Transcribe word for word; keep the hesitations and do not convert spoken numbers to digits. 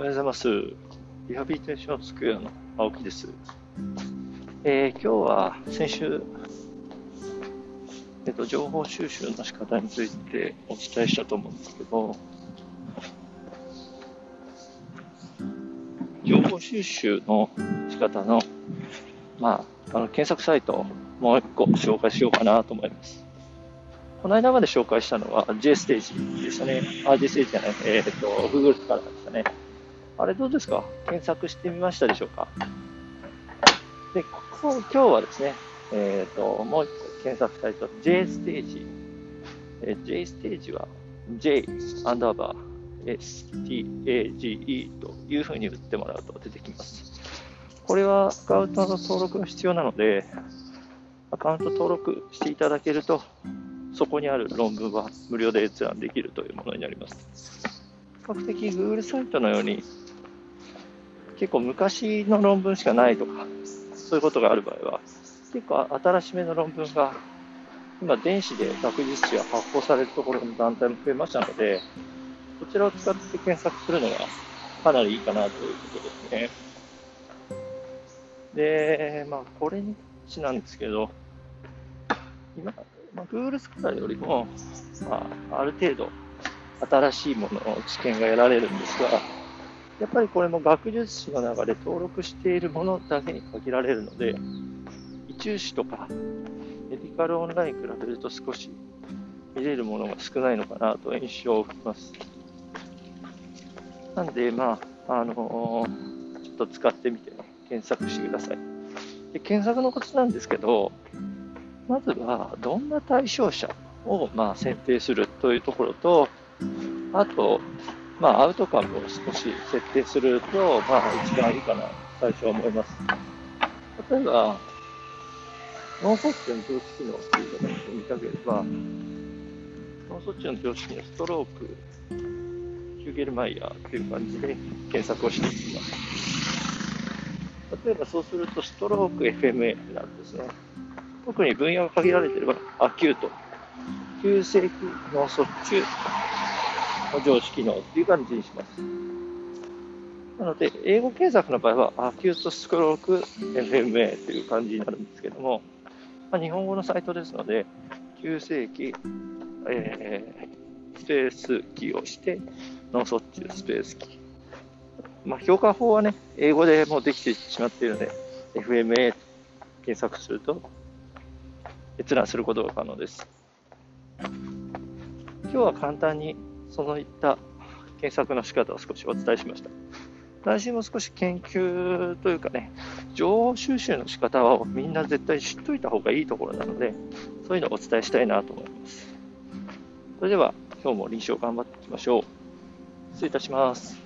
おはようございます。リハビリテーションスクエアの青木です。えー、今日は先週、えっと、情報収集の仕方についてお伝えしたと思うんですけど、情報収集の仕方の、まあ、あの検索サイトをもう一個紹介しようかなと思います。この間まで紹介したのは J ステージでしたね。あ、J ステージじゃない、えっと、Google からでしたね。あれどうですか？検索してみましたでしょうか？で、今日はですね、えっと、もう一個検索サイト J ステージ。えー、J ステージは J アンダーバー ステージというふうに打ってもらうと出てきます。これはアカウントの登録が必要なので、アカウント登録していただけると、そこにある論文は無料で閲覧できるというものになります。比較的 Google サイトのように結構昔の論文しかないとか、そういうことがある場合は、結構新しめの論文が、今電子で学術誌が発行されるところの団体も増えましたので、こちらを使って検索するのがかなりいいかなということですね。で、まあ、これにちなんですけど、今、まあ、Google スコラよりも、まあ、ある程度新しいものの知見が得られるんですが、やっぱりこれも学術誌の中で登録しているものだけに限られるので、異中誌とかメディカルオンラインに比べると少し見れるものが少ないのかなと印象を受けます。なんで、まあ、あのー、ちょっと使ってみて、ね、検索してください。で、検索のコツなんですけど、まずはどんな対象者をまあ選定するというところと、あと、まあ、アウトカムを少し設定すると、まあ、一番いいかなと最初は思います。例えば、脳卒中の常識機能というのを見たければ、脳卒中の常識のストローク、ヒューゲルマイヤーという感じで検索をしていきます。例えばそうすると、ストローク エフエムエー になるんですね。特に分野が限られていれば、アキュート、急性期脳卒中の常識機能という感じにします。なので、英語検索の場合は、アキュートストローク エフエムエー という感じになるんですけども、まあ、日本語のサイトですので、急性期、えー、スペースキーをして、脳卒中スペースキー。まあ、評価法はね、英語でもうできてしまっているので、エフエムエー と検索すると、閲覧することが可能です。今日は簡単にそういった検索の仕方を少しお伝えしました。来週も少し研究というかね、情報収集の仕方をみんな絶対知っといた方がいいところなので、そういうのをお伝えしたいなと思います。それでは今日も臨床頑張っていきましょう。失礼いたします。